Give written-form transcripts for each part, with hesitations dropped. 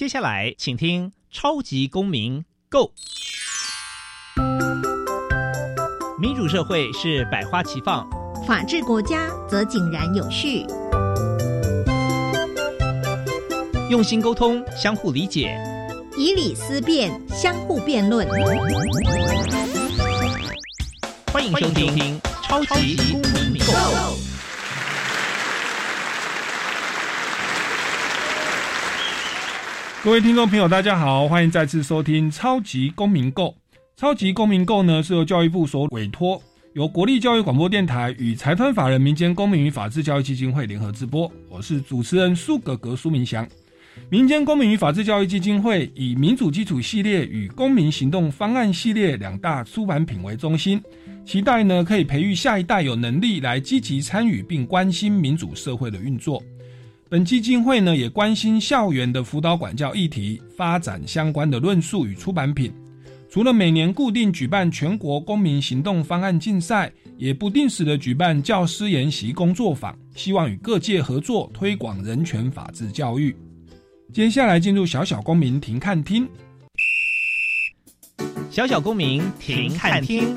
接下来请听超级公民 Go。 民主社会是百花齐放， 法治国家则井然有序。 用心沟通，相互理解， 以理思辨，相互辩论。 欢迎收听超级公民 Go。 各位听众朋友大家好，欢迎再次收听超级公民 Go。 超级公民 Go 呢是由教育部所委托，由国立教育广播电台与财团法人民间公民与法治教育基金会联合直播。我是主持人苏格格苏明祥。民间公民与法治教育基金会以民主基础系列与公民行动方案系列两大出版品为中心，期待呢可以培育下一代有能力来积极参与并关心民主社会的运作。本基金会呢也关心校园的辅导管教议题，发展相关的论述与出版品。除了每年固定举办全国公民行动方案竞赛，也不定时的举办教师研习工作坊，希望与各界合作推广人权法治教育。接下来进入小小公民庭看厅。 小小公民庭看厅，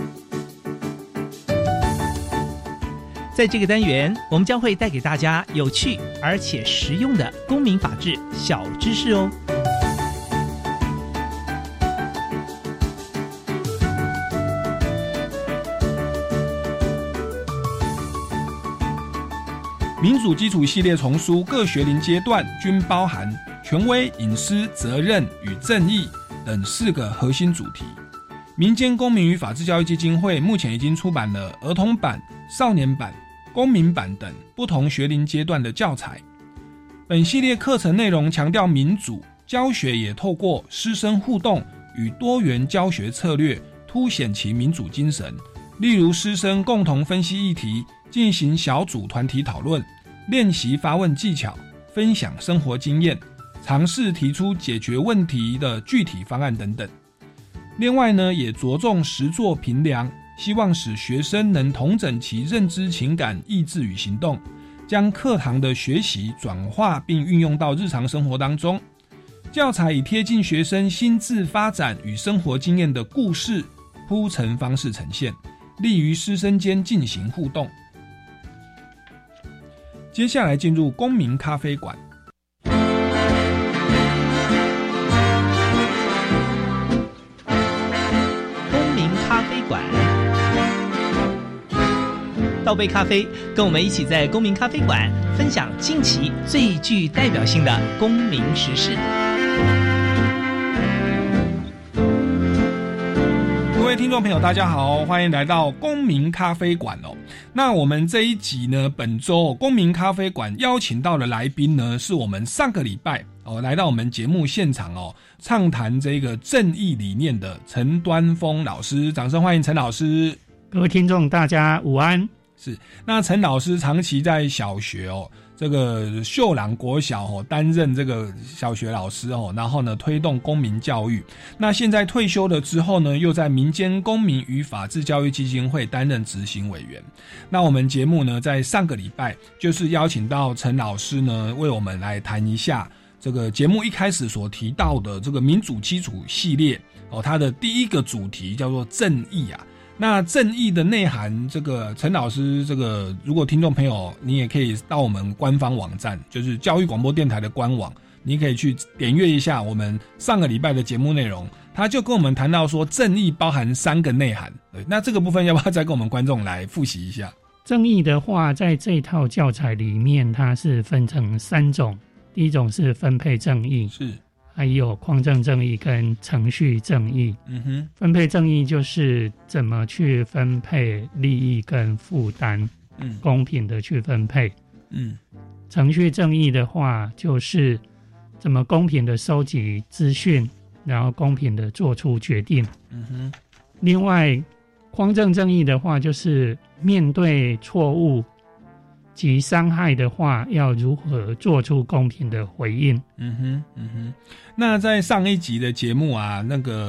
在这个单元，我们将会带给大家有趣而且实用的公民法治小知识哦。 民主基础系列丛书各学龄阶段均包含权威、隐私、责任与正义等4个核心主题。民间公民与法治教育基金会目前已经出版了儿童版、少年版、公民版等不同学龄阶段的教材。本系列课程内容强调民主，教学也透过师生互动与多元教学策略凸显其民主精神，例如师生共同分析议题，进行小组团体讨论，练习发问技巧，分享生活经验，尝试提出解决问题的具体方案等等。另外呢，也着重实作评量，希望使学生能统整其认知、情感、意志与行动，将课堂的学习转化并运用到日常生活当中。教材以贴近学生心智发展与生活经验的故事铺陈方式呈现，利于师生间进行互动。接下来进入公民咖啡馆。 公民咖啡馆，倒杯咖啡，跟我们一起在公民咖啡馆分享近期最具代表性的公民时事。 各位听众朋友大家好，欢迎来到公民咖啡馆哦。那我们这一集呢，本周公民咖啡馆邀请到的来宾呢，是我们上个礼拜来到我们节目现场畅谈这个正义理念的陈端峰老师，掌声欢迎陈老师。 各位听众大家午安。 是，那陈老师长期在小学这个秀朗国小担任这个小学老师然后呢推动公民教育。那现在退休了之后呢，又在民间公民与法治教育基金会担任执行委员。那我们节目呢，在上个礼拜就是邀请到陈老师呢，为我们来谈一下这个节目一开始所提到的这个民主基础系列它的第一个主题叫做正义啊。那正义的内涵，这个陈老师，这个如果听众朋友你也可以到我们官方网站，就是教育广播电台的官网，你可以去点阅一下我们上个礼拜的节目内容，他就跟我们谈到说正义包含3个内涵。对，那这个部分要不要再跟我们观众来复习一下？ 正义的话，在这套教材里面，它是分成3种，第一种是分配正义， 是。 还有匡正正义跟程序正义。分配正义就是怎么去分配利益跟负担，公平的去分配。程序正义的话，就是怎么公平的收集资讯，然后公平的做出决定。另外，匡正正义的话，就是面对错误及伤害的话，要如何做出公平的回应。 那在上一集的节目啊，那个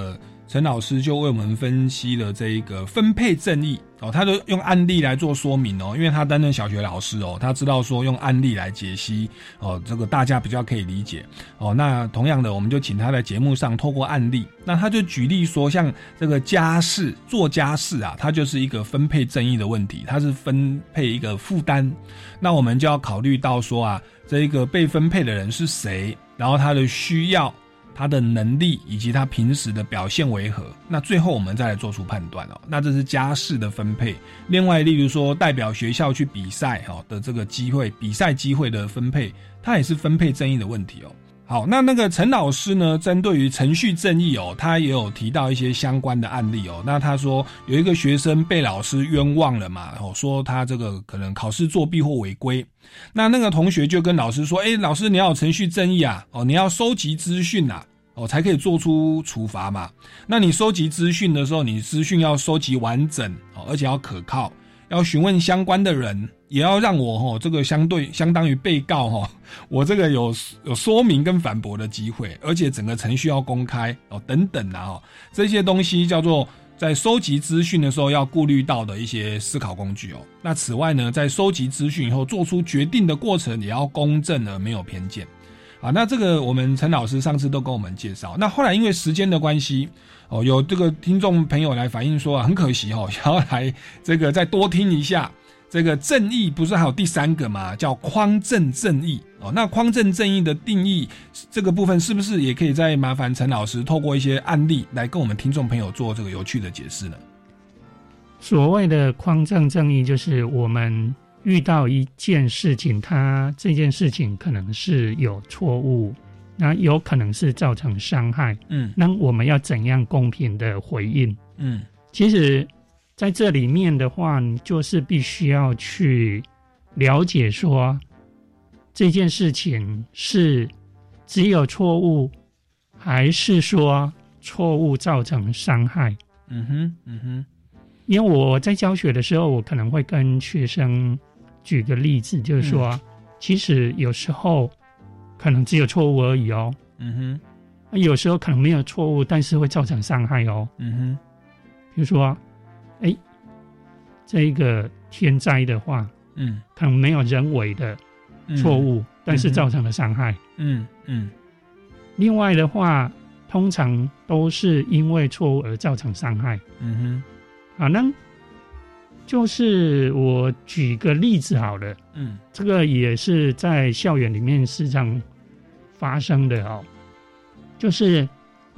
陈老师就为我们分析了这一个分配正义他就用案例来做说明因为他担任小学老师他知道说用案例来解析这个大家比较可以理解那同样的我们就请他在节目上透过案例，那他就举例说像这个家事做家事它就是一个分配正义的问题，它是分配一个负担，那我们就要考虑到说这一个被分配的人是谁，然后他的需要他的能力以及他平时的表现为何，那最后我们再来做出判断那这是家事的分配。另外例如说代表学校去比赛的这个机会，比赛机会的分配，它也是分配正义的问题好，那个陈老师呢，针对于程序正义他也有提到一些相关的案例那他说有一个学生被老师冤枉了嘛说他这个可能考试作弊或违规，那个同学就跟老师说老师你要有程序正义你要收集资讯才可以做出处罚嘛。那你收集资讯的时候，你资讯要收集完整而且要可靠，要询问相关的人，也要让我这个相当于被告我这个有说明跟反驳的机会，而且整个程序要公开等等这些东西叫做在收集资讯的时候要顾虑到的一些思考工具那此外呢，在收集资讯以后做出决定的过程也要公正而没有偏见那这个我们陈老师上次都跟我们介绍，那后来因为时间的关系有这个听众朋友来反映说很可惜想要来这个再多听一下这个正义，不是还有第3个嘛，叫匡正正义那匡正正义的定义这个部分是不是也可以再麻烦陈老师透过一些案例来跟我们听众朋友做这个有趣的解释呢？ 所谓的匡正正义就是我们遇到一件事情，这件事情可能是有错误，那有可能是造成伤害那我们要怎样公平的回应其实在这里面的话，就是必须要去了解说这件事情是只有错误，还是说错误造成伤害因为我在教学的时候，我可能会跟学生举个例子，就是说其实有时候可能只有错误而已有时候可能没有错误，但是会造成伤害比如说这一个天灾的话可能没有人为的错误但是造成了伤害另外的话通常都是因为错误而造成伤害好，那就是我举个例子好了这个也是在校园里面时常发生的就是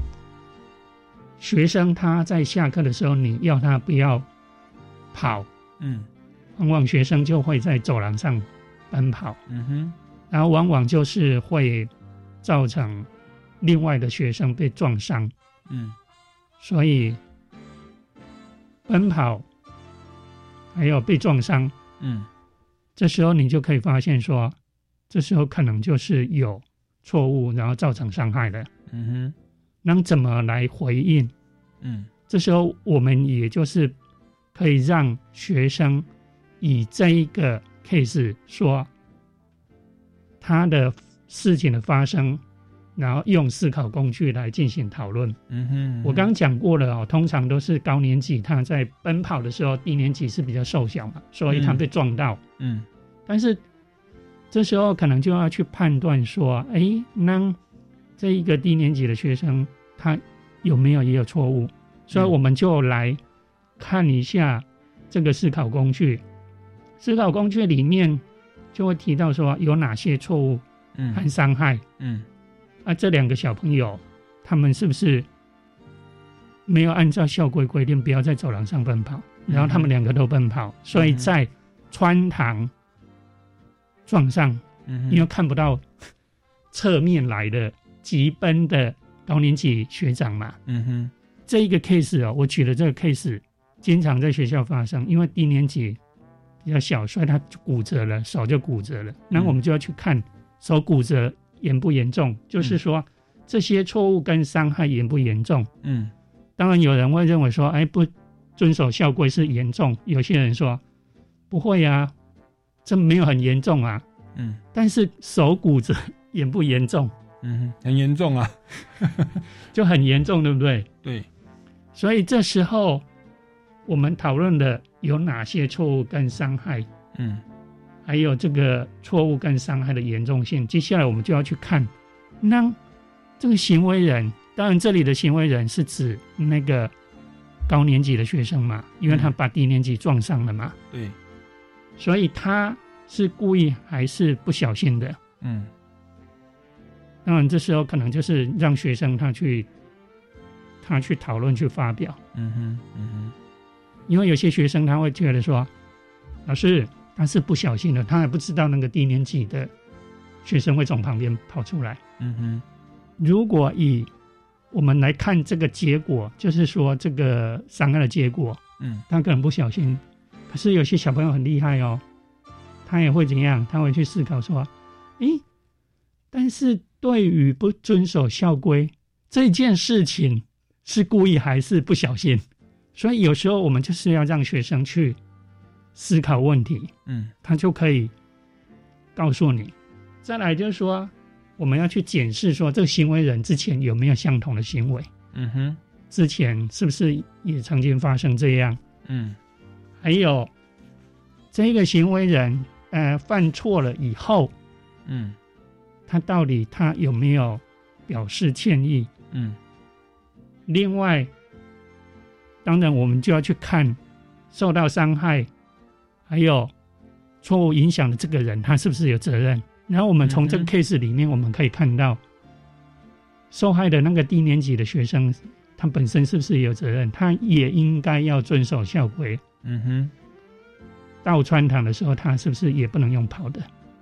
学生他在下课的时候，你要他不要跑往往学生就会在走廊上奔跑然后往往就是会造成另外的学生被撞伤所以奔跑还有被撞伤这时候你就可以发现说这时候可能就是有错误然后造成伤害的那怎么来回应这时候我们也就是可以让学生以这一个 case 说他的事情的发生，然后用思考工具来进行讨论我刚刚讲过了通常都是高年级他在奔跑的时候，低年级是比较瘦小嘛，所以他被撞到但是这时候可能就要去判断说那这一个低年级的学生他有没有也有错误所以我们就来看一下这个思考工具里面就会提到说有哪些错误和伤害这2个小朋友他们是不是没有按照校规规定不要在走廊上奔跑然后他们2个都奔跑所以在穿堂撞上因为看不到侧面来的急奔的高年级学长嘛这一个 case 我举的这个 case 经常在学校发生，因为低年级比较小，所以他骨折了，手就骨折了那我们就要去看手骨折严不严重就是说这些错误跟伤害严不严重当然有人会认为说不遵守校规是严重，有些人说不会啊这没有很严重啊但是手骨折严不严重很严重啊就很严重对不对对所以这时候我们讨论的有哪些错误跟伤害，还有这个错误跟伤害的严重性，接下来我们就要去看，那这个行为人，当然这里的行为人是指那个高年级的学生嘛，因为他把低年级撞上了嘛， 对， 所以他是故意还是不小心的？当然这时候可能就是让学生他去讨论去发表，因为有些学生他会觉得说，老师他是不小心的，他还不知道那个低年级的学生会从旁边跑出来。如果以我们来看这个结果，就是说这个伤害的结果，他可能不小心，可是有些小朋友很厉害哦，他也会怎样？他会去思考说，但是对于不遵守校规这件事情是故意还是不小心？所以有时候我们就是要让学生去思考问题，他就可以告诉你。再来就是说，我们要去检视说这个行为人之前有没有相同的行为，之前是不是也曾经发生这样，还有这个行为人犯错了以后，他到底他有没有表示歉意？另外，当然我们就要去看受到伤害还有错误影响的这个人他是不是有责任。然后我们从这个 case 里面我们可以看到，受害的那个低年级的学生他本身是不是也有责任，他也应该要遵守校规。到穿堂的时候他是不是也不能用跑的。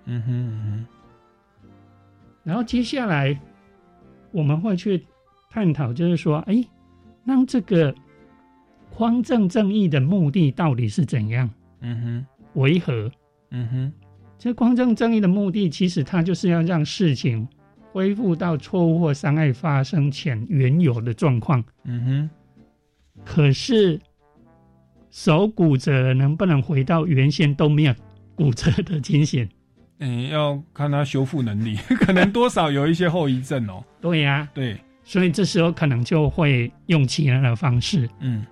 然后接下来我们会去探讨，就是说让这个匡正正义的目的到底是怎样，为何？这匡正正义的目的其实它就是要让事情恢复到错误或伤害发生前原有的状况。可是手骨折了能不能回到原先都没有骨折的情形？ 要看他修复能力，可能多少有一些后遗症哦。 对呀， 对， 所以这时候可能就会用其他的方式。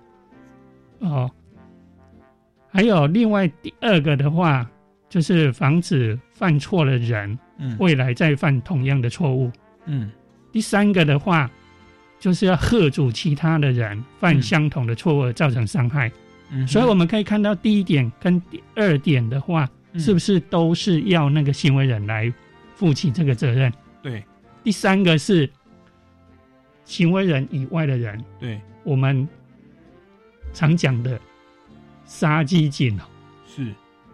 还有另外第二个的话，就是防止犯错的人未来再犯同样的错误。第三个的话，就是要嚇阻其他的人犯相同的错误而造成伤害。所以我们可以看到第一点跟第二点的话，是不是都是要那个行为人来负起这个责任？ 对。 第三个是行为人以外的人， 对， 我们常讲的杀鸡儆猴。 是。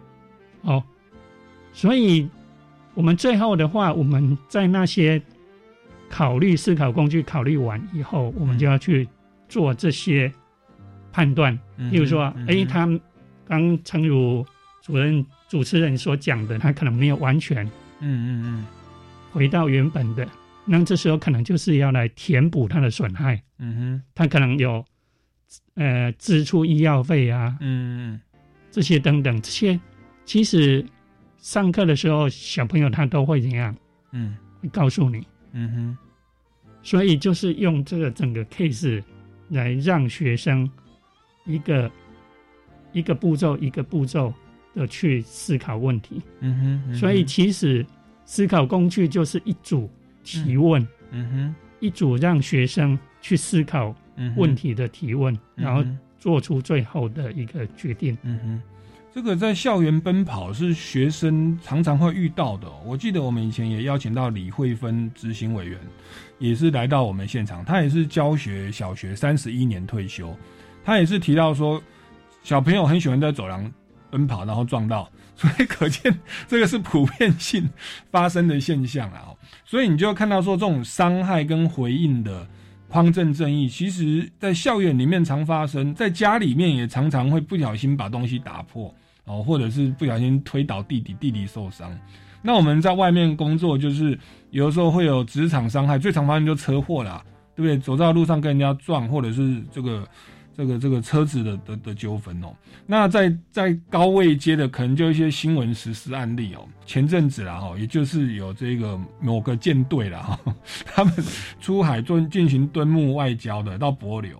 所以我们最后的话，我们在那些思考工具考虑完以后，我们就要去做这些判断。例如说，他刚诚如主持人所讲的，他可能没有完全回到原本的，那这时候可能就是要来填补他的损害。他可能有支出医药费啊，这些等等，这些其实上课的时候小朋友他都会怎样，会告诉你。所以就是用这个整个 case 来让学生一个步骤一个步骤的去思考问题。所以其实思考工具就是一组提问，一组让学生去思考问题的提问，然后做出最后的一个决定。 这个在校园奔跑是学生常常会遇到的。我记得我们以前也邀请到李慧芬执行委员，也是来到我们现场，他也是教学小学31年退休，他也是提到说小朋友很喜欢在走廊奔跑然后撞到，所以可见这个是普遍性发生的现象啊。所以你就看到说这种伤害跟回应的匡正正义，其实在校园里面常发生，在家里面也常常会不小心把东西打破，或者是不小心推倒弟弟受伤。那我们在外面工作，就是有的时候会有职场伤害，最常发生就车祸啦，对不对？走在路上跟人家撞，或者是这个车子的纠纷哦。那在高位阶的，可能就一些新闻实施案例哦。前阵子啦也就是有这个某个舰队啦他们出海进行敦睦外交的到帛琉，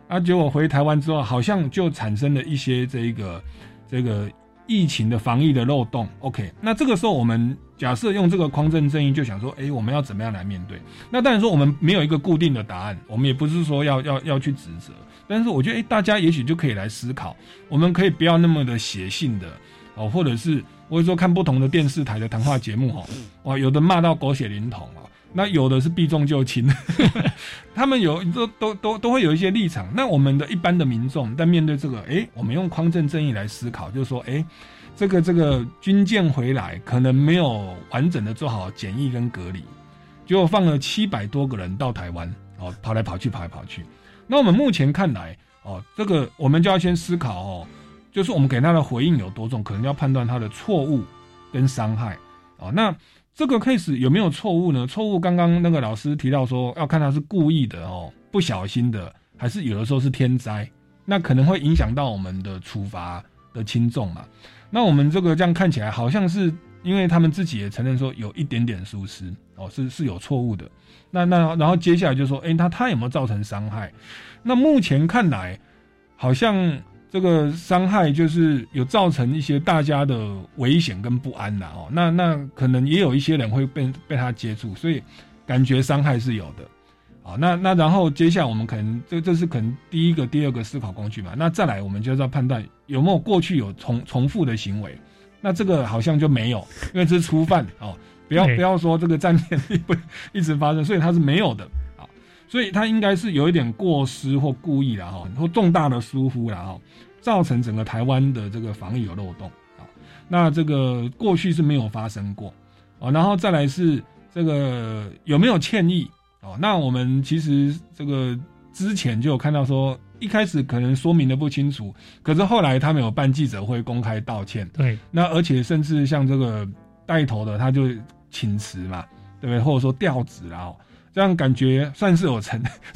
结果回台湾之后，好像就产生了一些这个疫情的防疫的漏洞。OK， 那这个时候我们假设用这个匡正正义，就想说，我们要怎么样来面对？那当然说我们没有一个固定的答案，我们也不是说要去指责，但是我觉得，大家也许就可以来思考，我们可以不要那么的血性的或者是或者说看不同的电视台的谈话节目有的骂到狗血淋头那有的是避重就轻，他们都会有一些立场。那我们的一般的民众在面对这个，我们用匡正正义来思考，就是说，这个军舰回来可能没有完整的做好检疫跟隔离，结果放了700多个人到台湾，跑来跑去。那我们目前看来，这个我们就要先思考就是我们给他的回应有多重，可能要判断他的错误跟伤害那这个 case 有没有错误呢？错误刚刚那个老师提到说，要看他是故意的不小心的，还是有的时候是天灾，那可能会影响到我们的处罚的轻重嘛。那我们这个这样看起来，好像是因为他们自己也承认说有一点点疏失是有错误的。那然后接下来就说，他有没有造成伤害？那目前看来，好像这个伤害就是有造成一些大家的危险跟不安啦那可能也有一些人会被他接触，所以感觉伤害是有的那然后接下来我们可能这是可能第一个第二个思考工具嘛。那再来我们就要判断有没有过去有重复的行为，那这个好像就没有，因为这是初犯不要说这个战念一直发生，所以它是没有的所以他应该是有一点过失或故意啦或重大的疏忽啦造成整个台湾的这个防疫有漏洞那这个过去是没有发生过然后再来是这个有没有歉意那我们其实这个之前就有看到说，一开始可能说明的不清楚，可是后来他们有办记者会公开道歉， 对， 那而且甚至像这个带头的他就请辞嘛，对不对？或者说调职啦这样感觉算是有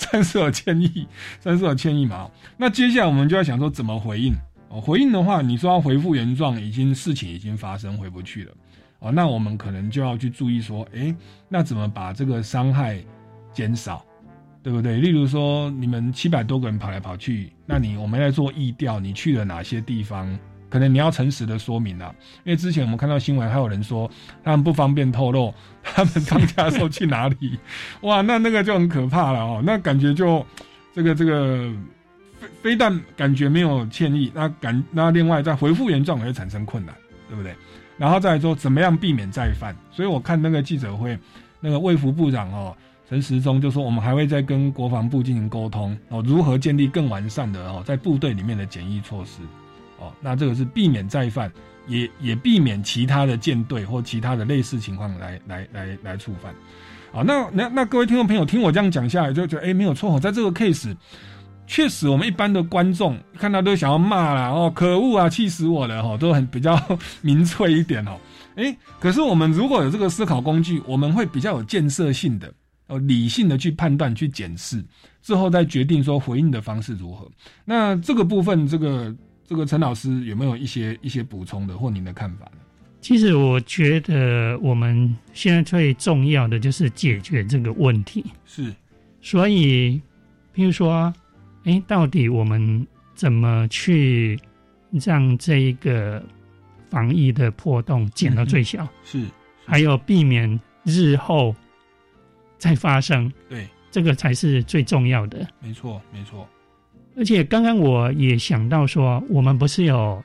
歉意嘛。那接下来我们就要想说怎么回应回应的话，你说要恢复原状，事情已经发生，回不去了那我们可能就要去注意说，那怎么把这个伤害减少，对不对？例如说你们700多个人跑来跑去，那我们在做疫调，你去了哪些地方？可能你要诚实的说明因为之前我们看到新闻还有人说他们不方便透露他们当家的时候去哪里哇，那个就很可怕了那感觉就这个非但感觉没有歉意，那另外在恢复原状也会产生困难，对不对？然后再来说怎么样避免再犯。所以我看那个记者会，那个卫福部长陈时中就说，我们还会再跟国防部进行沟通如何建立更完善的在部队里面的检疫措施那这个是避免再犯，也避免其他的舰队或其他的类似情况来触犯那各位听众朋友听我这样讲下来，就觉得没有错在这个 case 确实我们一般的观众看到都想要骂啦可恶啊，气死我了都很比较民粹一点可是我们如果有这个思考工具，我们会比较有建设性的理性的去判断去检视之后再决定说回应的方式如何。那这个部分这个陈老师有没有一些补充的或您的看法呢？ 其实我觉得我们现在最重要的就是解决这个问题。 是， 所以譬如说到底我们怎么去让这一个防疫的破洞减到最小是， 还有避免日后再发生， 对， 这个才是最重要的。 没错。 而且刚刚我也想到说，我们不是有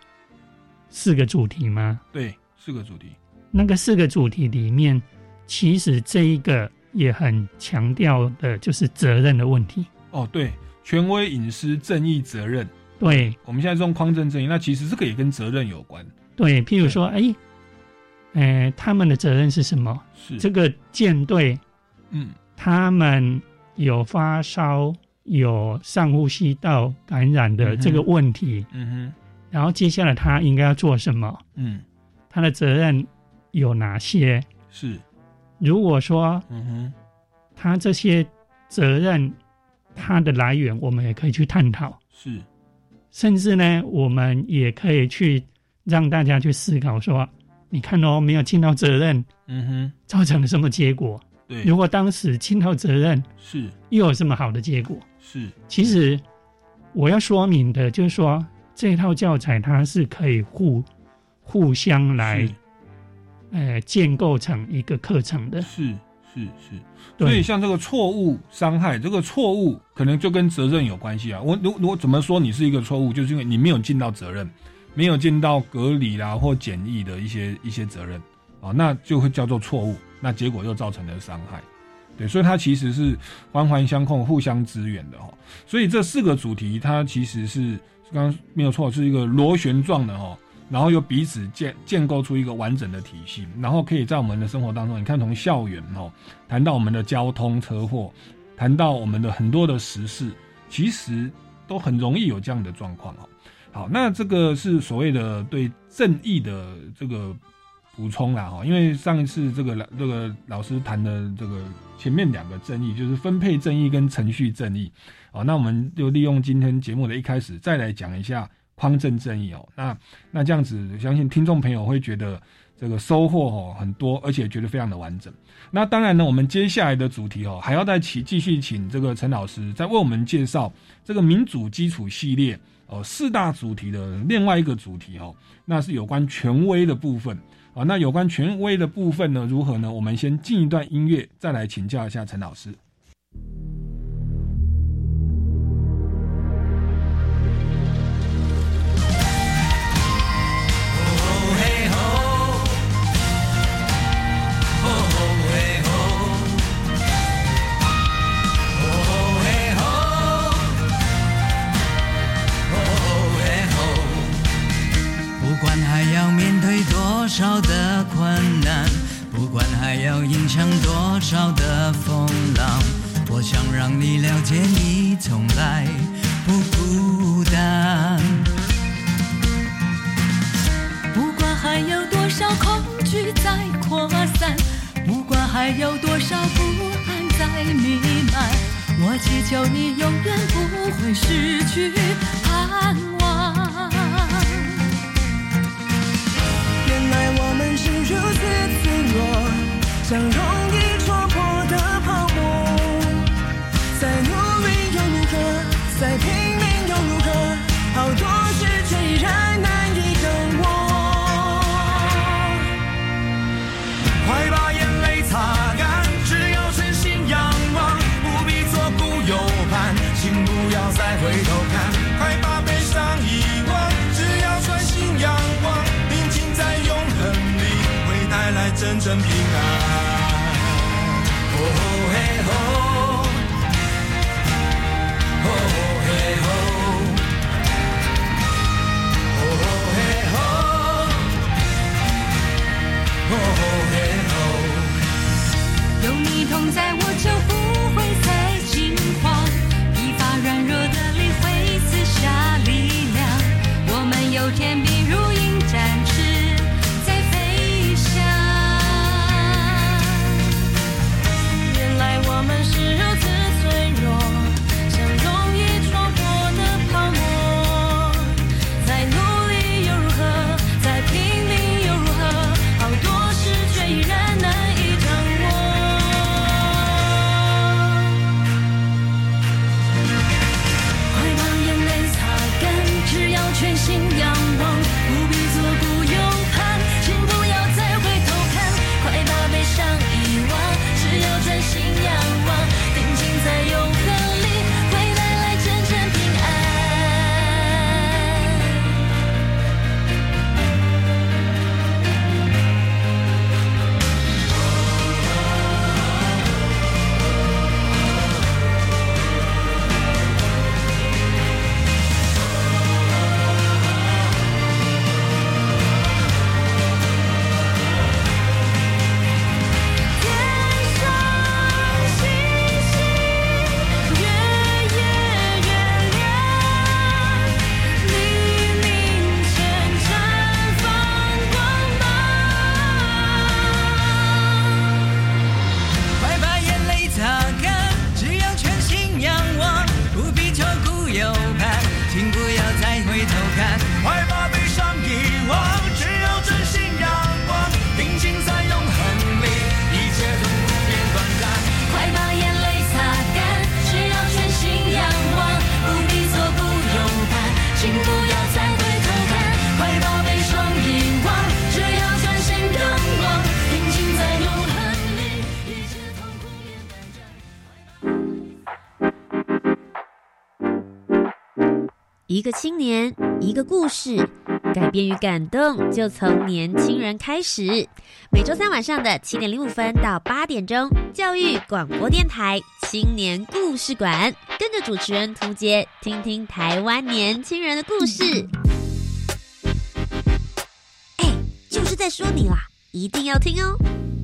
4个主题吗？ 对，4个主题。 那个4个主题里面，其实这一个也很强调的就是责任的问题。 对，权威、隐私、正义、责任。 对， 我们现在这种匡正正义，那其实这个也跟责任有关。 对，譬如说，他们的责任是什么？ 是这个舰队，他们有发烧。有上呼吸道感染的这个问题，然后接下来他应该要做什么？他的责任有哪些？ 是， 如果说，他这些责任，它的来源，我们也可以去探讨。 是，甚至呢，我们也可以去让大家去思考说，你看没有尽到责任，造成了什么结果？ 对， 如果当时尽到责任， 是， 又有什么好的结果？ 是， 其实我要说明的就是说，这套教材它是可以互相来建构成一个课程的。 是。所以像这个错误伤害，这个错误可能就跟责任有关系啊。我怎么说你是一个错误，就是因为你没有尽到责任，没有尽到隔离啦或检疫的一些责任啊，那就会叫做错误，那结果又造成了伤害。对，所以它其实是环环相扣、互相支援的。所以这4个主题它其实是刚刚没有错，是一个螺旋状的然后又彼此建构出一个完整的体系，然后可以在我们的生活当中，你看从校园谈到我们的交通车祸，谈到我们的很多的时事，其实都很容易有这样的状况。好，那这个是所谓的对正义的这个补充啦，因为上一次这个老师谈的这个前面2个正义，就是分配正义跟程序正义。那我们就利用今天节目的一开始再来讲一下匡正正义。那这样子相信听众朋友会觉得这个收获很多，而且觉得非常的完整。那当然呢，我们接下来的主题还要再继续请这个陈老师再为我们介绍这个民主基础系列4大主题的另外一个主题那是有关权威的部分。那有关权威的部分呢，如何呢？我们先进一段音乐，再来请教一下陈老师。 多少的困难，不管还要迎向多少的风浪，我想让你了解你从来不孤单。不管还有多少恐惧在扩散，不管还有多少不安在弥漫，我祈求你永远不会失去盼望。原来我们是如此脆弱，像容易戳破的泡沫，再努力又如何，再拼命又如何，好多事却依然难以等我。快把眼泪擦干，只要真心仰望，不必左顾右盼，请不要再回头看。快把悲伤遗忘，只要专心仰望，宁静在永恒里会带来真正平安。哦嘿吼，哦嘿吼，哦嘿吼，哦嘿吼。有你同在，我就不会再惊慌，疲乏软弱的灵会赐下力量。我们有天必如鹰展翅，在飞翔。 一个青年，一个故事，改变与感动就从年轻人开始。每周三晚上的7点05分到8点钟，教育广播电台青年故事馆，跟着主持人涂杰，听听台湾年轻人的故事。就是在说你啦，一定要听哦。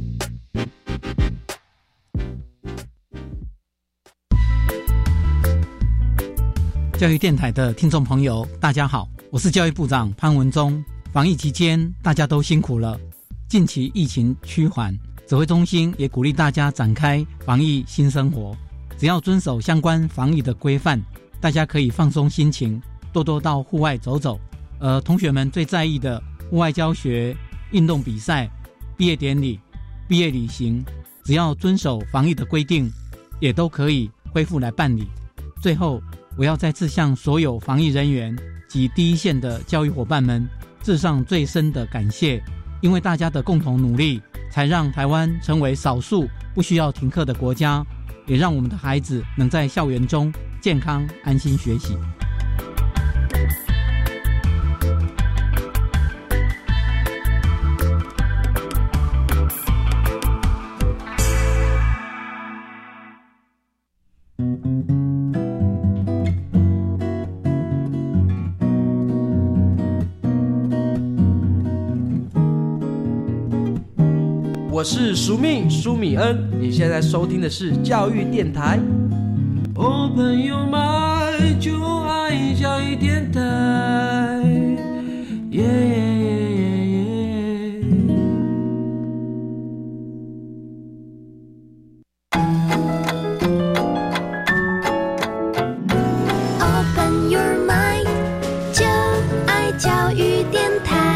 教育电台的听众朋友大家好，我是教育部长潘文忠。防疫期间大家都辛苦了，近期疫情趋缓，指挥中心也鼓励大家展开防疫新生活，只要遵守相关防疫的规范，大家可以放松心情，多多到户外走走。同学们最在意的户外教学、运动比赛、毕业典礼、毕业旅行，只要遵守防疫的规定，也都可以恢复来办理。最后我要再次向所有防疫人员及第一线的教育伙伴们致上最深的感谢，因为大家的共同努力，才让台湾成为少数不需要停课的国家，也让我们的孩子能在校园中健康安心学习。 我是苏命苏米恩，你现在收听的是教育电台。Open your mind， 就爱教育电台。 Open your mind， 就爱教育电台。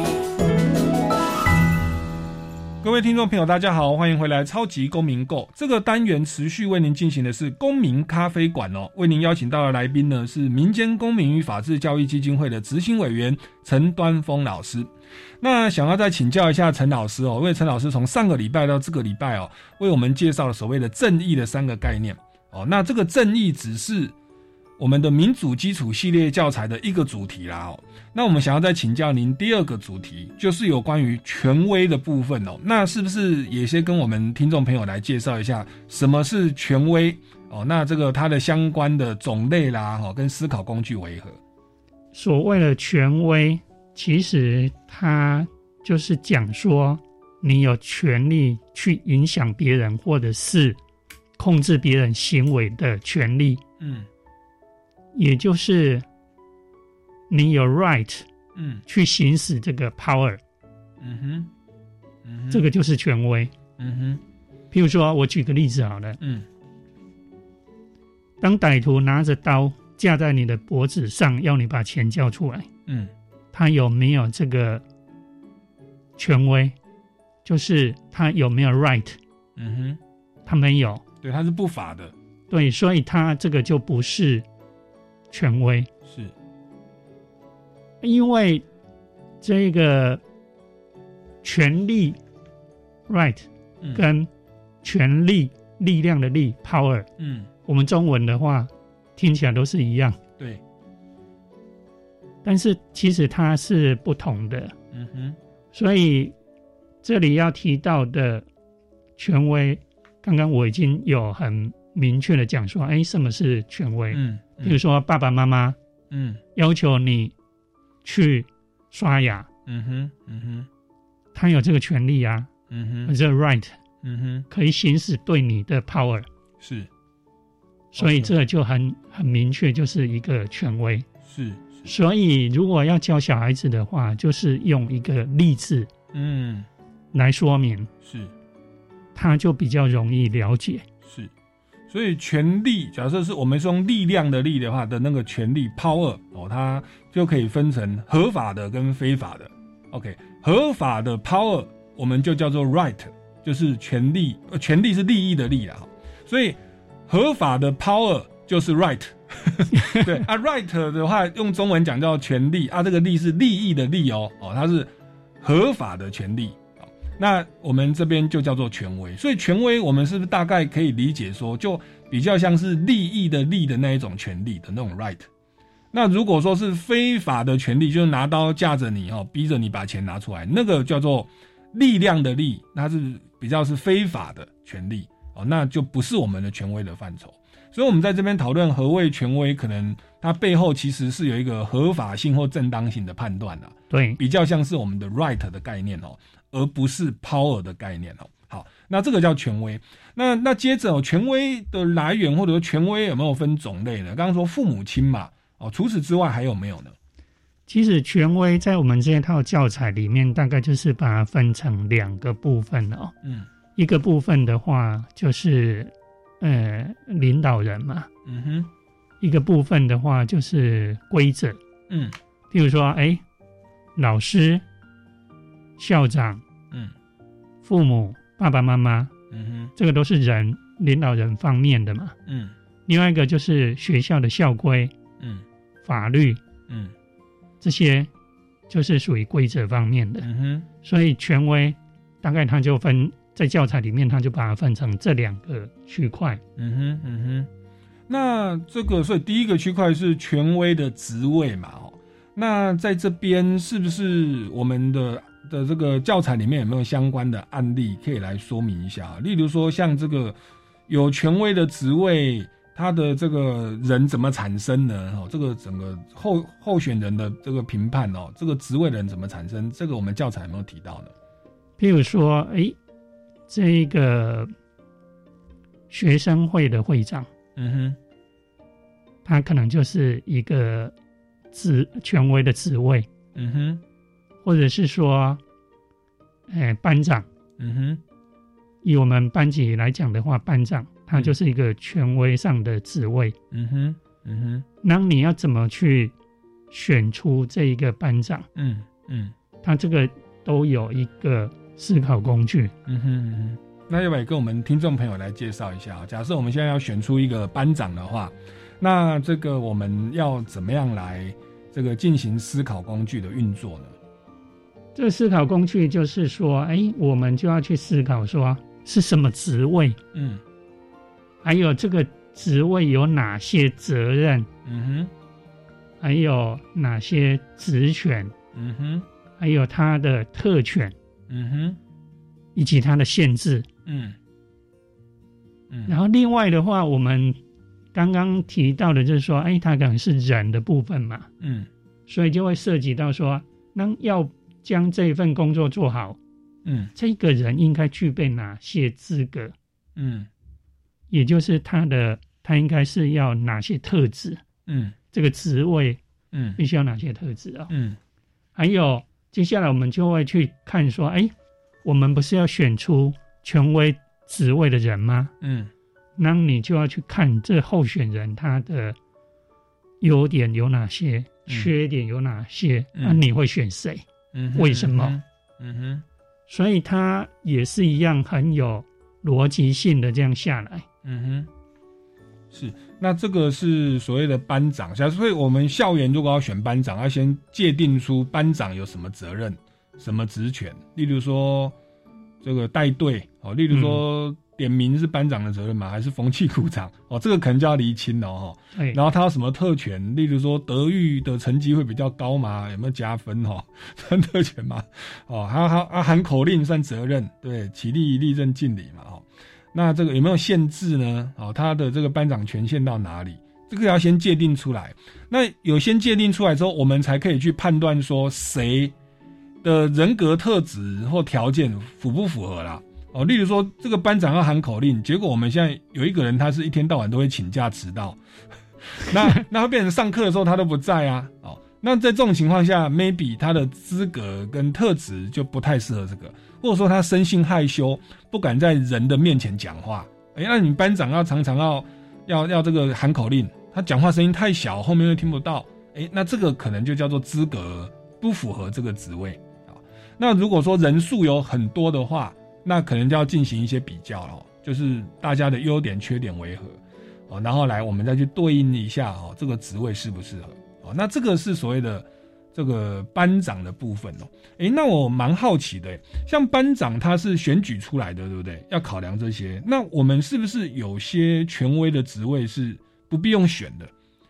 各位听众朋友大家好，欢迎回来超级公民购。这个单元持续为您进行的是公民咖啡馆哦，为您邀请到的来宾呢是民间公民与法治教育基金会的执行委员陈端峰老师。那想要再请教一下陈老师哦，因为陈老师从上个礼拜到这个礼拜哦，为我们介绍了所谓的正义的3个概念哦。那这个正义只是我们的民主基础系列教材的一个主题啦哦。那我们想要再请教您第2个主题，就是有关于权威的部分哦。那是不是也先跟我们听众朋友来介绍一下什么是权威哦？那这个它的相关的种类啦，跟思考工具为何？ 所谓的权威，其实它就是讲说你有权利去影响别人，或者是控制别人行为的权利。也就是你有 right 去行使这个 power。这个就是权威。譬如说我举个例子好了。当歹徒拿着刀架在你的脖子上，要你把钱交出来，他有没有这个权威？就是他有没有 right？他没有。 对，他是不法的。 对，所以他这个就不是权威。 是因为这个权力 right 跟权力力量的力 power，我们中文的话听起来都是一样。 对， 但是其实它是不同的。所以这里要提到的权威，刚刚我已经有很明确的讲说，什么是权威？比如说爸爸妈妈，要求你去刷牙，他有这个权利啊，这个 right，可以行使对你的 power， 是， 所以这就很明确，就是一个权威。 是， 所以如果要教小孩子的话，就是用一个例子，来说明， 是， 他就比较容易了解。 是。所以权力，假设是我们是用力量的力的话的那个权力 power 哦，它就可以分成合法的跟非法的。OK， 合法的 power 我们就叫做 right， 就是权力，权力是利益的利啦。所以合法的 power 就是 right， 对啊 ，right 的话用中文讲叫权利啊，这个利是利益的利哦，它是合法的权利。那我们这边就叫做权威，所以权威我们是不是大概可以理解说，就比较像是利益的利的那一种权利的那种 right， 那如果说是非法的权利，就是拿刀架着你逼着你把钱拿出来，那个叫做力量的力，那是比较是非法的权利那就不是我们的权威的范畴。所以我们在这边讨论何谓权威，可能它背后其实是有一个合法性或正当性的判断对， 比较像是我们的 right 的概念而不是 power 的概念好，那这个叫权威。那接着权威的来源或者说权威有没有分种类呢？刚刚说父母亲嘛除此之外还有没有呢？ 其实权威在我们这一套教材里面大概就是把它分成2个部分一个部分的话就是领导人嘛一个部分的话就是规则譬如说老师、校长父母、爸爸妈妈这个都是人领导人方面的嘛另外一个就是学校的校规法律这些就是属于规则方面的所以权威大概它就分在教材里面，它就把它分成这2个区块那这个所以第一个区块是权威的职位嘛那在这边是不是我们的这个教材里面有没有相关的案例可以来说明一下例如说像这个有权威的职位，他的这个人怎么产生呢这个整个候选人的这个评判这个职位的人怎么产生，这个我们教材有没有提到呢？ 譬如说这个学生会的会长他可能就是一个权威的职位或者是说班长以我们班级来讲的话，班长他就是一个权威上的职位那你要怎么去选出这一个班长他这个都有一个思考工具那要不要跟我们听众朋友来介绍一下假设我们现在要选出一个班长的话，那这个我们要怎么样来这个进行思考工具的运作呢？ 这个思考工具就是说我们就要去思考说是什么职位还有这个职位有哪些责任还有哪些职权还有它的特权以及它的限制然后另外的话我们刚刚提到的就是说它可能是人的部分嘛所以就会涉及到说那要将这份工作做好这个人应该具备哪些资格也就是他应该是要哪些特质这个职位必须要哪些特质还有接下来我们就会去看说我们不是要选出权威职位的人吗那你就要去看这候选人他的优点有哪些缺点有哪些那你会选谁为什么所以他也是一样很有逻辑性的这样下来是，那这个是所谓的班长，所以我们校园如果要选班长，要先界定出班长有什么责任、什么职权。例如说这个带队例如说点名是班长的责任吗？还是风气股长这个可能就要厘清了然后他有什么特权？例如说德育的成绩会比较高吗？有没有加分算特权吗？还有喊口令算责任，对，起立、立正、敬礼嘛那这个有没有限制呢？他的这个班长权限到哪里？这个要先界定出来。那有先界定出来之后，我们才可以去判断说谁的人格特质或条件符不符合啦。例如说这个班长要喊口令，结果我们现在有一个人他是一天到晚都会请假迟到，那会变成上课的时候他都不在啊。那在这种情况下 maybe 他的资格跟特质就不太适合这个，或者说他生性害羞，不敢在人的面前讲话。那你班长要常常要这个喊口令，他讲话声音太小，后面又听不到。那这个可能就叫做资格不符合这个职位。那如果说人数有很多的话，那可能就要进行一些比较了，就是大家的优点缺点为何，然后来我们再去对应一下这个职位适不适合。那这个是所谓的这个班长的部分那我蛮好奇的，像班长他是选举出来的，对不对？要考量这些，那我们是不是有些权威的职位是不必用选的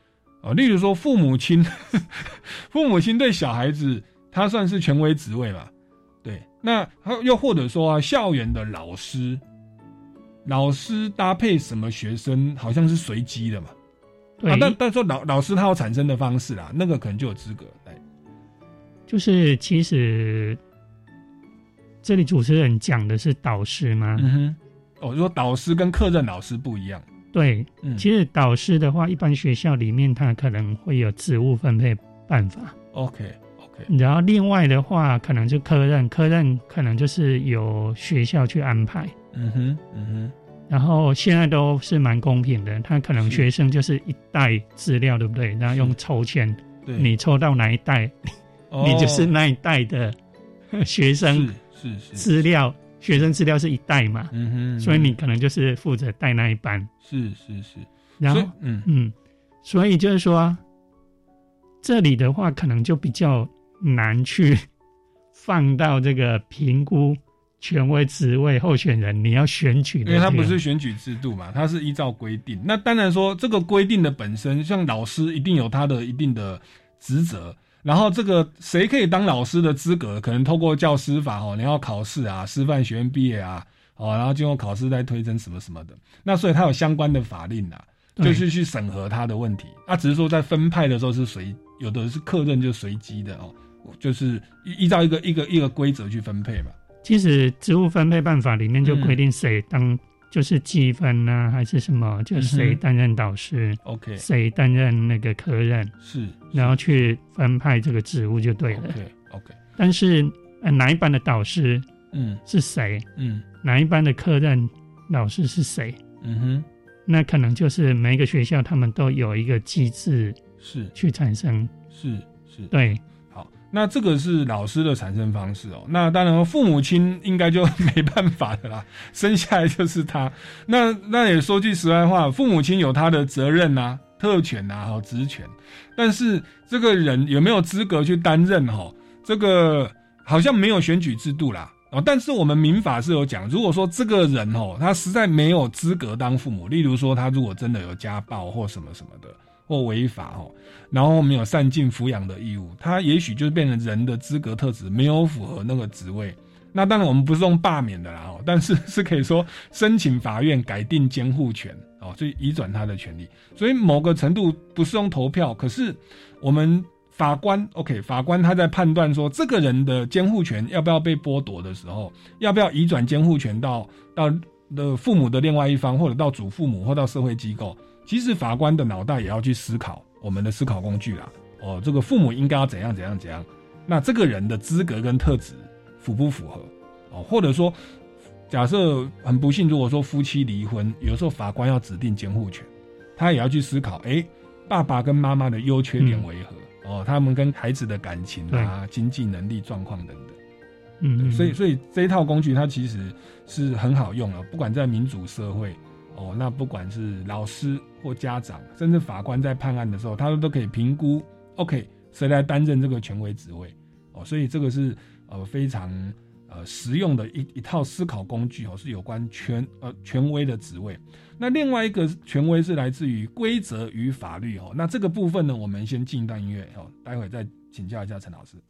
例如说父母亲对小孩子他算是权威职位嘛，对，那又或者说校园的老师搭配什么学生好像是随机的嘛， 对， 但说老师他有产生的方式啦，那个可能就有资格来。 就是其实这里主持人讲的是导师吗？ 说导师跟课任老师不一样。 对，其实导师的话，一般学校里面他可能会有职务分配办法。 OK， 然后另外的话，可能就科任可能就是由学校去安排。然后现在都是蛮公平的，他可能学生就是一袋资料，对不对？然后用抽签，你抽到哪一袋，你就是那一袋的学生资料。学生资料是一袋嘛，所以你可能就是负责带那一班。 是。 然后，所以就是说，这里的话可能就比较难去放到这个评估权威职位候选人你要选举的， 因为它不是选举制度嘛，它是依照规定。那当然说这个规定的本身，像老师一定有他的一定的职责。然后这个谁可以当老师的资格，可能透过教师法你要考试啊，师范学院毕业啊，然后经过考试再推甄什么什么的。那所以它有相关的法令啊，就是去审核它的问题。只是说在分派的时候是有的是课任就随机的就是依照一个规则去分配嘛。 其实职务分配办法里面就规定谁当就是积分啊，还是什么，就谁担任导师 ，OK， 谁担任那个科任， 是， 然后去分派这个职务就对了。 OK。 但是哪一班的导师，是谁？哪一班的科任老师是谁？那可能就是每一个学校他们都有一个机制， 是去产生， 是， 对。 那这个是老师的产生方式那当然父母亲应该就没办法的啦，生下来就是他。那也说句实在话，父母亲有他的责任啊、特权啊、职权，但是这个人有没有资格去担任这个好像没有选举制度啦。但是我们民法是有讲，如果说这个人他实在没有资格当父母，例如说他如果真的有家暴或什么什么的，或违法然后没有善尽抚养的义务，他也许就变成人的资格特质没有符合那个职位。那当然我们不是用罢免的啦但是是可以说申请法院改定监护权所以移转他的权利。所以某个程度不是用投票，可是我们法官他在判断说这个人的监护权要不要被剥夺的时候，要不要移转监护权到父母的另外一方，或者到祖父母或到社会机构，其实法官的脑袋也要去思考我们的思考工具啦。这个父母应该要怎样，那这个人的资格跟特质符不符合？或者说，假设很不幸，如果说夫妻离婚，有时候法官要指定监护权，他也要去思考，爸爸跟妈妈的优缺点为何？他们跟孩子的感情啊、经济能力状况等等。所以这一套工具它其实是很好用的，不管在民主社会。那不管是老师或家长，甚至法官在判案的时候，他都可以评估 ，OK， 谁来担任这个权威职位？所以这个是非常实用的一套思考工具是有关权威的职位。那另外一个权威是来自于规则与法律那这个部分呢，我们先进一段音乐待会再请教一下陈老师。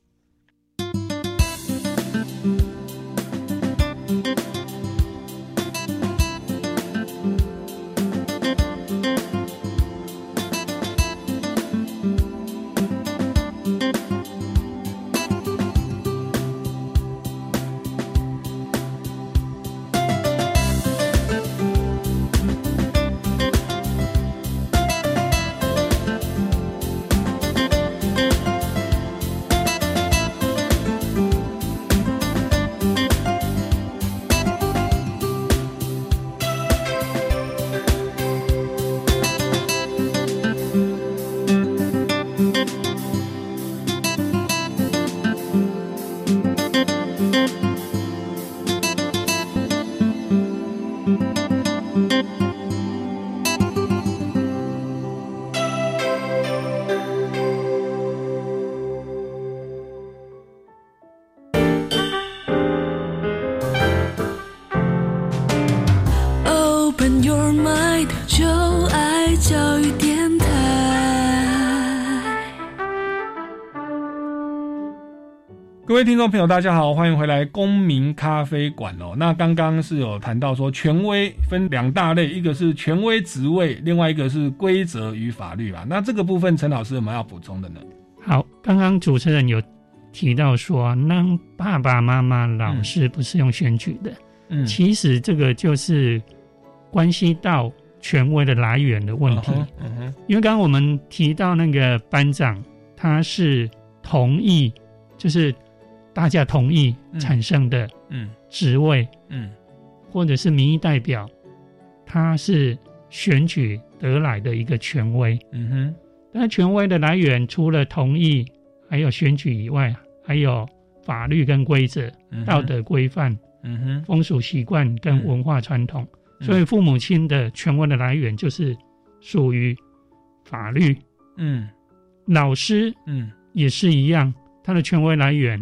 各位听众朋友大家好，欢迎回来公民咖啡馆哦。那刚刚是有谈到说权威分2大类，一个是权威职位，另外一个是规则与法律啊。那这个部分陈老师有没有要补充的呢？ 好，刚刚主持人有提到说，那爸爸妈妈老师不是用选举的，其实这个就是关系到权威的来源的问题。因为刚刚我们提到那个班长，他是同意，就是大家同意产生的职位，或者是民意代表，他是选举得来的一个权威。但权威的来源除了同意还有选举以外，还有法律跟规则、道德规范、风俗习惯跟文化传统。所以父母亲的权威的来源就是属于法律。老师也是一样，他的权威来源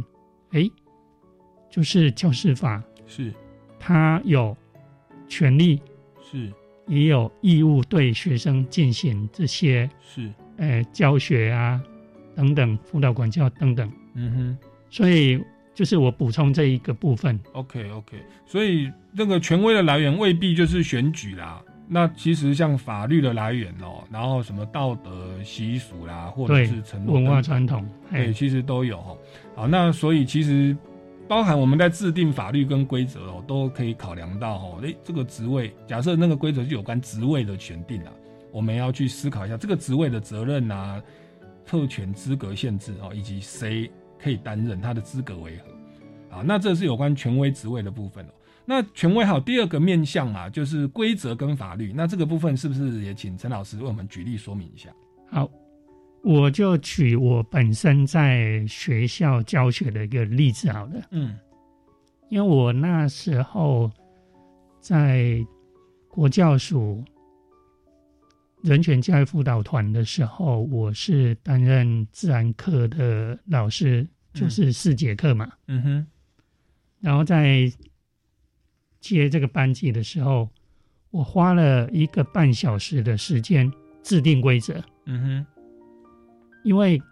就是教师法，是他有权利，是也有义务对学生进行这些是教学啊等等，辅导管教等等。所以就是我补充这一个部分。 OK， 所以这个权威的来源未必就是选举啦。那其实像法律的来源然后什么道德习俗啦，或者是承诺、 文化传统， 对，其实都有好，那所以其实包含我们在制定法律跟规则都可以考量到这个职位，假设那个规则就有关职位的选定啦，我们要去思考一下这个职位的责任啊、特权、资格限制以及谁可以担任，他的资格为何。好，那这是有关权威职位的部分那权威还有第二个面向嘛，就是规则跟法律。那这个部分是不是也请陈老师为我们举例说明一下？ 好，我就举我本身在学校教学的一个例子好了。因为我那时候在国教署人权教育辅导团的时候，我是担任自然课的老师，就是4节课嘛。然后在接这个班级的时候，我花了1个半小时的时间制定规则。因为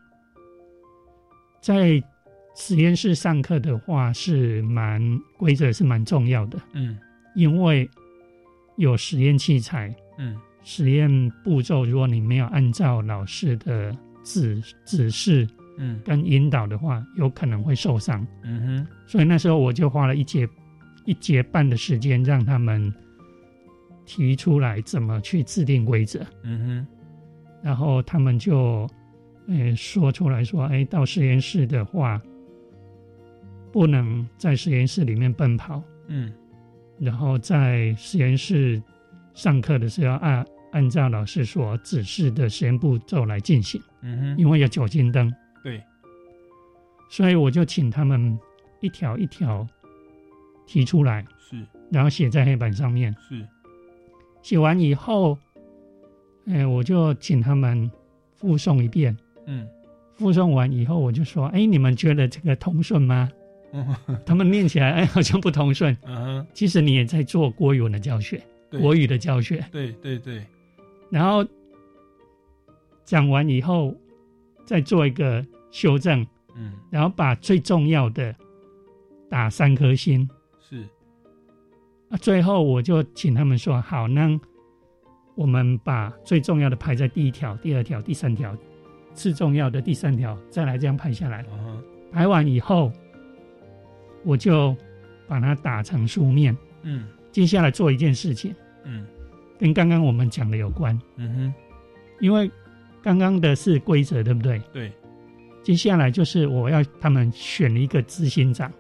在实验室上课的话规则是蛮重要的。因为有实验器材，实验步骤如果你没有按照老师的指示跟引导的话，有可能会受伤。所以那时候我就花了一节半的时间让他们提出来怎么去制定规则。然后他们就说出来说，到实验室的话不能在实验室里面奔跑。然后在实验室上课的时候要按照老师所指示的实验步骤来进行。因为有酒精灯。对，所以我就请他们一条一条提出来，是，然后写在黑板上面，是。写完以后，我就请他们复诵一遍。复诵完以后，我就说：“你们觉得这个通顺吗？”他们念起来好像不通顺。其实你也在做国语文的教学，国语的教学。对。然后讲完以后，再做一个修正。然后把最重要的打3颗星。是。最后我就请他们说：“好，那我们把最重要的排在第1条、第2条、第3条，次重要的第3条，再来这样排下来。排完以后，我就把它打成书面。接下来做一件事情，跟刚刚我们讲的有关。因为刚刚的是规则，对不对？对。接下来就是我要他们选一个执行长。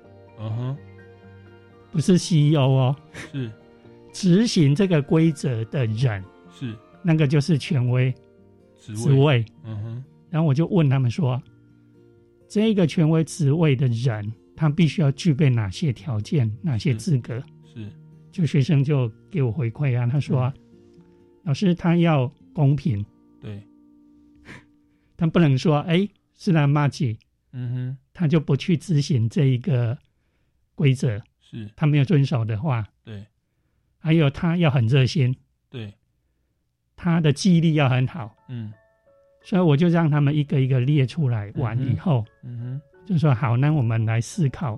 不是 CEO 是执行这个规则的人，是那个就是权威职位。然后我就问他们说，这个权威职位的人他必须要具备哪些条件、哪些资格？是，就学生就给我回馈啊，他说老师他要公平。对，他不能说是他骂起，他就不去执行这一个规则。是，他没有遵守的话，对，还有他要很热心，对，他的记忆力要很好。所以我就让他们一个一个列出来完以后， 就说好，那我们来思考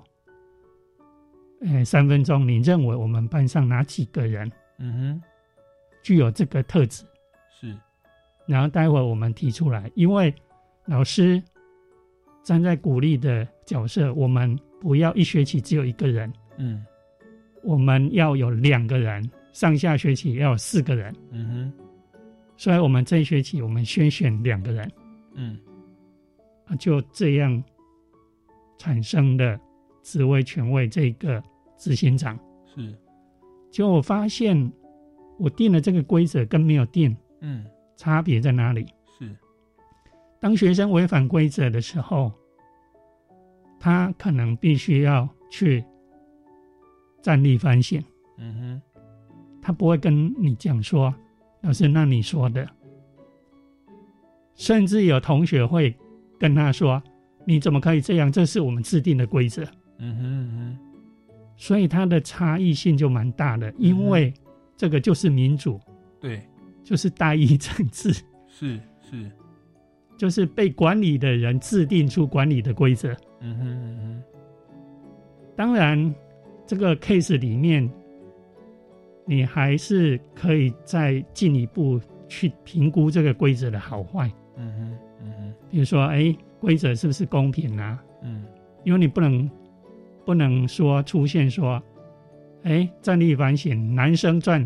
，3分钟，你认为我们班上哪几个人具有这个特质？ 是， 然后待会我们提出来，因为老师站在鼓励的角色，我们不要一学期只有1个人，我们要有2个人，上下学期要有4个人，所以我们这一学期我们先选2个人，就这样产生了职位权威这个执行长。 是， 结果我发现我定了这个规则跟没有定，差别在哪里？ 是， 当学生违反规则的时候，他可能必须要去站立反省，他不会跟你讲说，老师，那你说的，甚至有同学会跟他说，你怎么可以这样？这是我们制定的规则。所以它的差异性就蛮大的，因为这个就是民主， 对， 就是代议政治， 是， 就是被管理的人制定出管理的规则。当然，这个 case 里面，你还是可以再进一步去评估这个规则的好坏。比如说，规则是不是公平啊？因为你不能说出现说，站立反省，男生站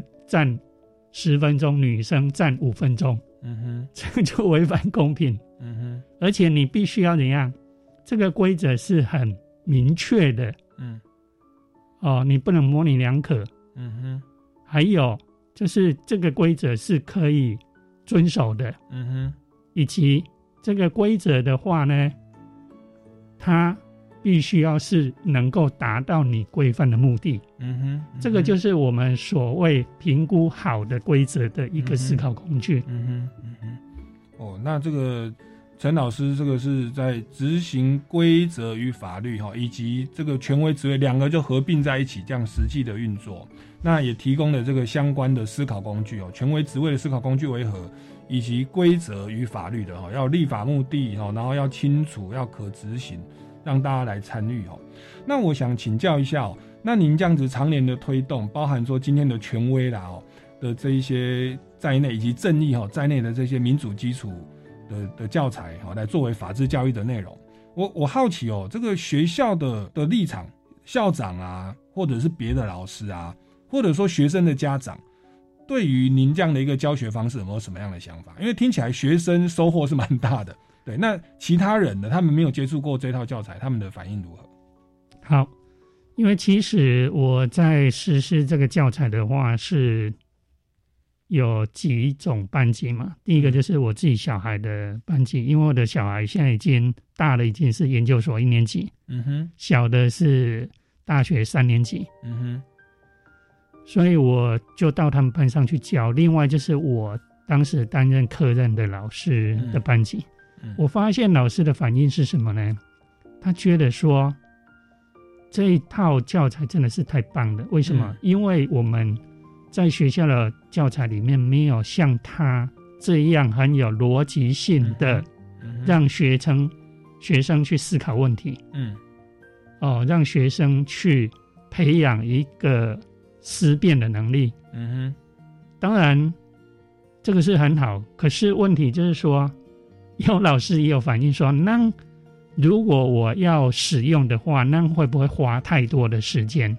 10分钟，女生站5分钟，这个就违反公平。而且你必须要怎样？这个规则是很明确的，你不能模棱两可。还有就是这个规则是可以遵守的，以及这个规则的话呢，它必须要是能够达到你规范的目的。这个就是我们所谓评估好的规则的一个思考工具。 那这个陈老师这个是在执行规则与法律以及这个权威职位2个就合并在一起，这样实际的运作。那也提供了这个相关的思考工具权威职位的思考工具为何，以及规则与法律的要立法目的然后要清楚，要可执行，让大家来参与那我想请教一下那您这样子常年的推动，包含说今天的权威啦的这一些在内，以及正义在内的这些民主基础的教材来作为法治教育的内容，我好奇这个学校的立场，校长啊，或者是别的老师啊，或者说学生的家长，对于您这样的一个教学方式有没有什么样的想法？因为听起来学生收获是蛮大的，对，那其他人呢，他们没有接触过这套教材，他们的反应如何？ 好，因为其实我在实施这个教材的话是有几种班级嘛。第一个就是我自己小孩的班级，因为我的小孩现在已经大的已经是研究所1年级，小的是大学3年级，所以我就到他们班上去教。另外就是我当时担任课任的老师的班级，我发现老师的反应是什么呢？他觉得说这一套教材真的是太棒了。为什么？因为我们在学校的教材里面没有像他这样很有逻辑性的让学生去思考问题，让学生去培养一个思辨的能力。当然这个是很好，可是问题就是说，有老师也有反映说，那如果我要使用的话，那会不会花太多的时间？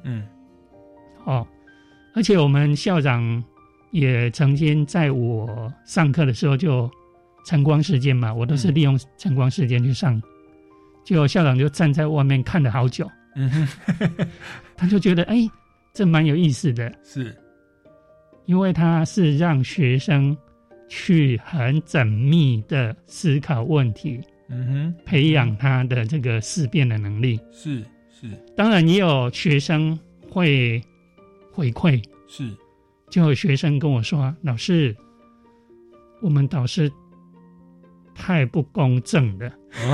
而且我们校长也曾经在我上课的时候就晨光时间嘛，我都是利用晨光时间去上，结果校长就站在外面看了好久，他就觉得这蛮有意思的， 是因为他是让学生去很缜密的思考问题，培养他的这个思辨的能力。 是， 当然也有学生会回馈，就有学生跟我说，老师，我们导师太不公正了。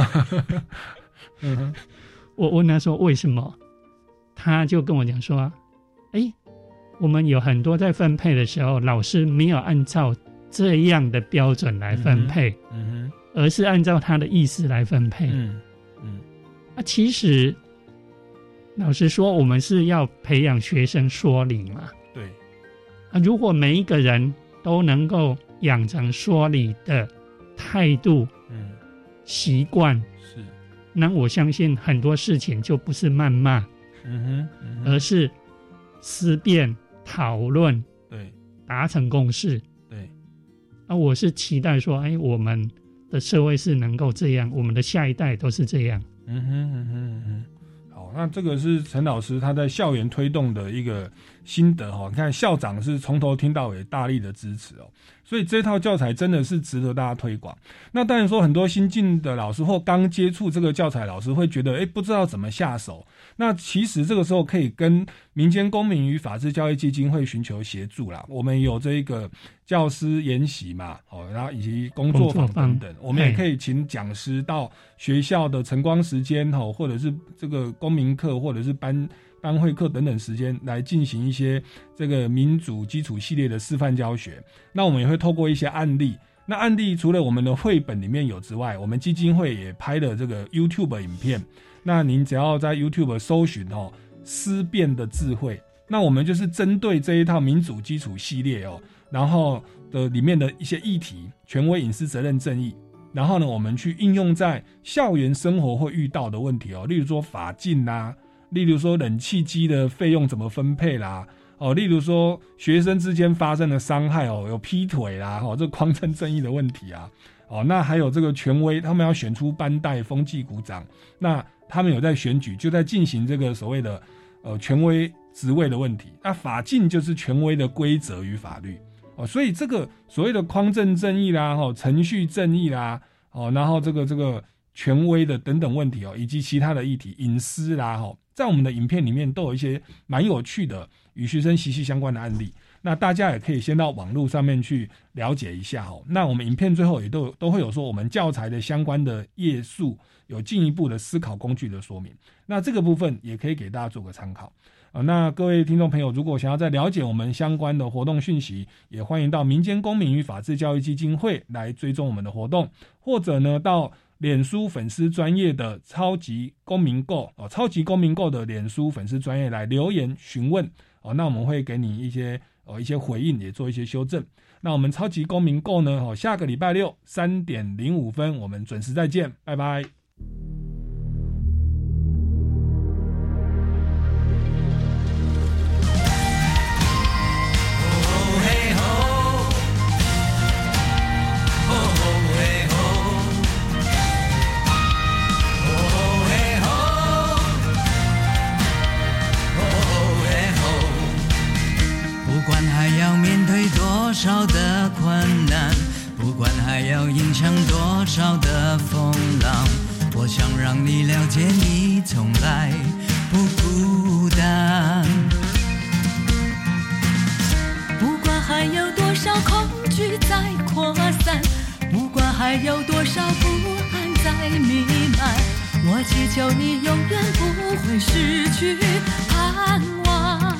我问他说为什么，他就跟我讲说，我们有很多在分配的时候，老师没有按照这样的标准来分配，而是按照他的意思来分配。 其实老实说，我们是要培养学生说理嘛。 对。 如果每一个人都能够养成说理的态度、习惯， 是， 那我相信很多事情就不是谩骂，而是思辨、讨论， 对， 达成共识。 对。 我是期待说，我们的社会是能够这样，我们的下一代都是这样。 好，那这个是陈老师他在校园推动的一个心得你看校长是从头听到尾大力的支持所以这套教材真的是值得大家推广。那当然说很多新进的老师或刚接触这个教材老师会觉得不知道怎么下手，那其实这个时候可以跟民间公民与法治教育基金会寻求协助啦。我们有这个教师研习嘛，然后以及工作坊等等，我们也可以请讲师到学校的晨光时间或者是这个公民课或者是班会课等等时间来进行一些这个民主基础系列的示范教学。那我们也会透过一些案例，那案例除了我们的绘本里面有之外，我们基金会也拍了这个 YouTube 影片。那您只要在 YouTube 搜寻思辨的智慧，那我们就是针对这一套民主基础系列然后的里面的一些议题，权威、隐私、责任、正义，然后呢我们去应用在校园生活会遇到的问题例如说法禁啦，例如说冷气机的费用怎么分配啦，例如说学生之间发生的伤害有劈腿啦，这匡正正义的问题啊，那还有这个权威，他们要选出班代、风纪股长，那他们有在选举，就在进行这个所谓的权威职位的问题。那法禁就是权威的规则与法律所以这个所谓的匡正正义啦，程序正义啦，然后这个权威的等等问题以及其他的议题，隐私啦，在我们的影片里面都有一些蛮有趣的与学生息息相关的案例。那大家也可以先到网络上面去了解一下那我们影片最后也都会有说我们教材的相关的页数，有进一步的思考工具的说明。那这个部分也可以给大家做个参考那各位听众朋友，如果想要再了解我们相关的活动讯息，也欢迎到民间公民与法治教育基金会来追踪我们的活动，或者呢到脸书粉丝专页的超级公民购超级公民购的脸书粉丝专页来留言询问那我们会给你一些回应，也做一些修正。那我们超级公民购呢下个礼拜六3点05分我们准时再见，拜拜。 多少的困难，不管还要迎向多少的风浪，我想让你了解你从来不孤单。 不管还有多少恐惧在扩散，不管还有多少不安在弥漫，我祈求你永远不会失去盼望。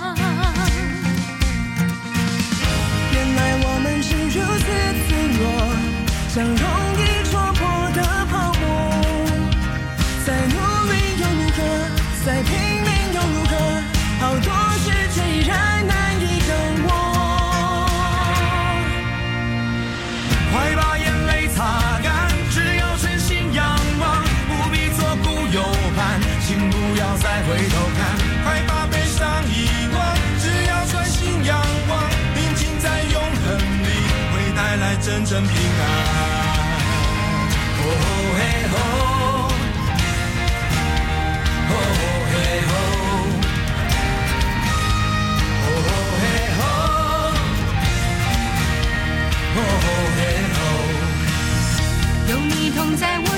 原来我们是如此脆弱，像容易戳破的泡沫，再努力又如何，再拼命又如何，好多事虽然难以掌握。快把眼泪擦干，只要全心仰望，不必左顾右盼，请不要再回头看，快把悲伤遗忘，只要专心仰望，宁静在永恒里会带来真正平安。哦嘿吼，哦嘿吼，哦嘿吼，哦嘿吼， 有你同在我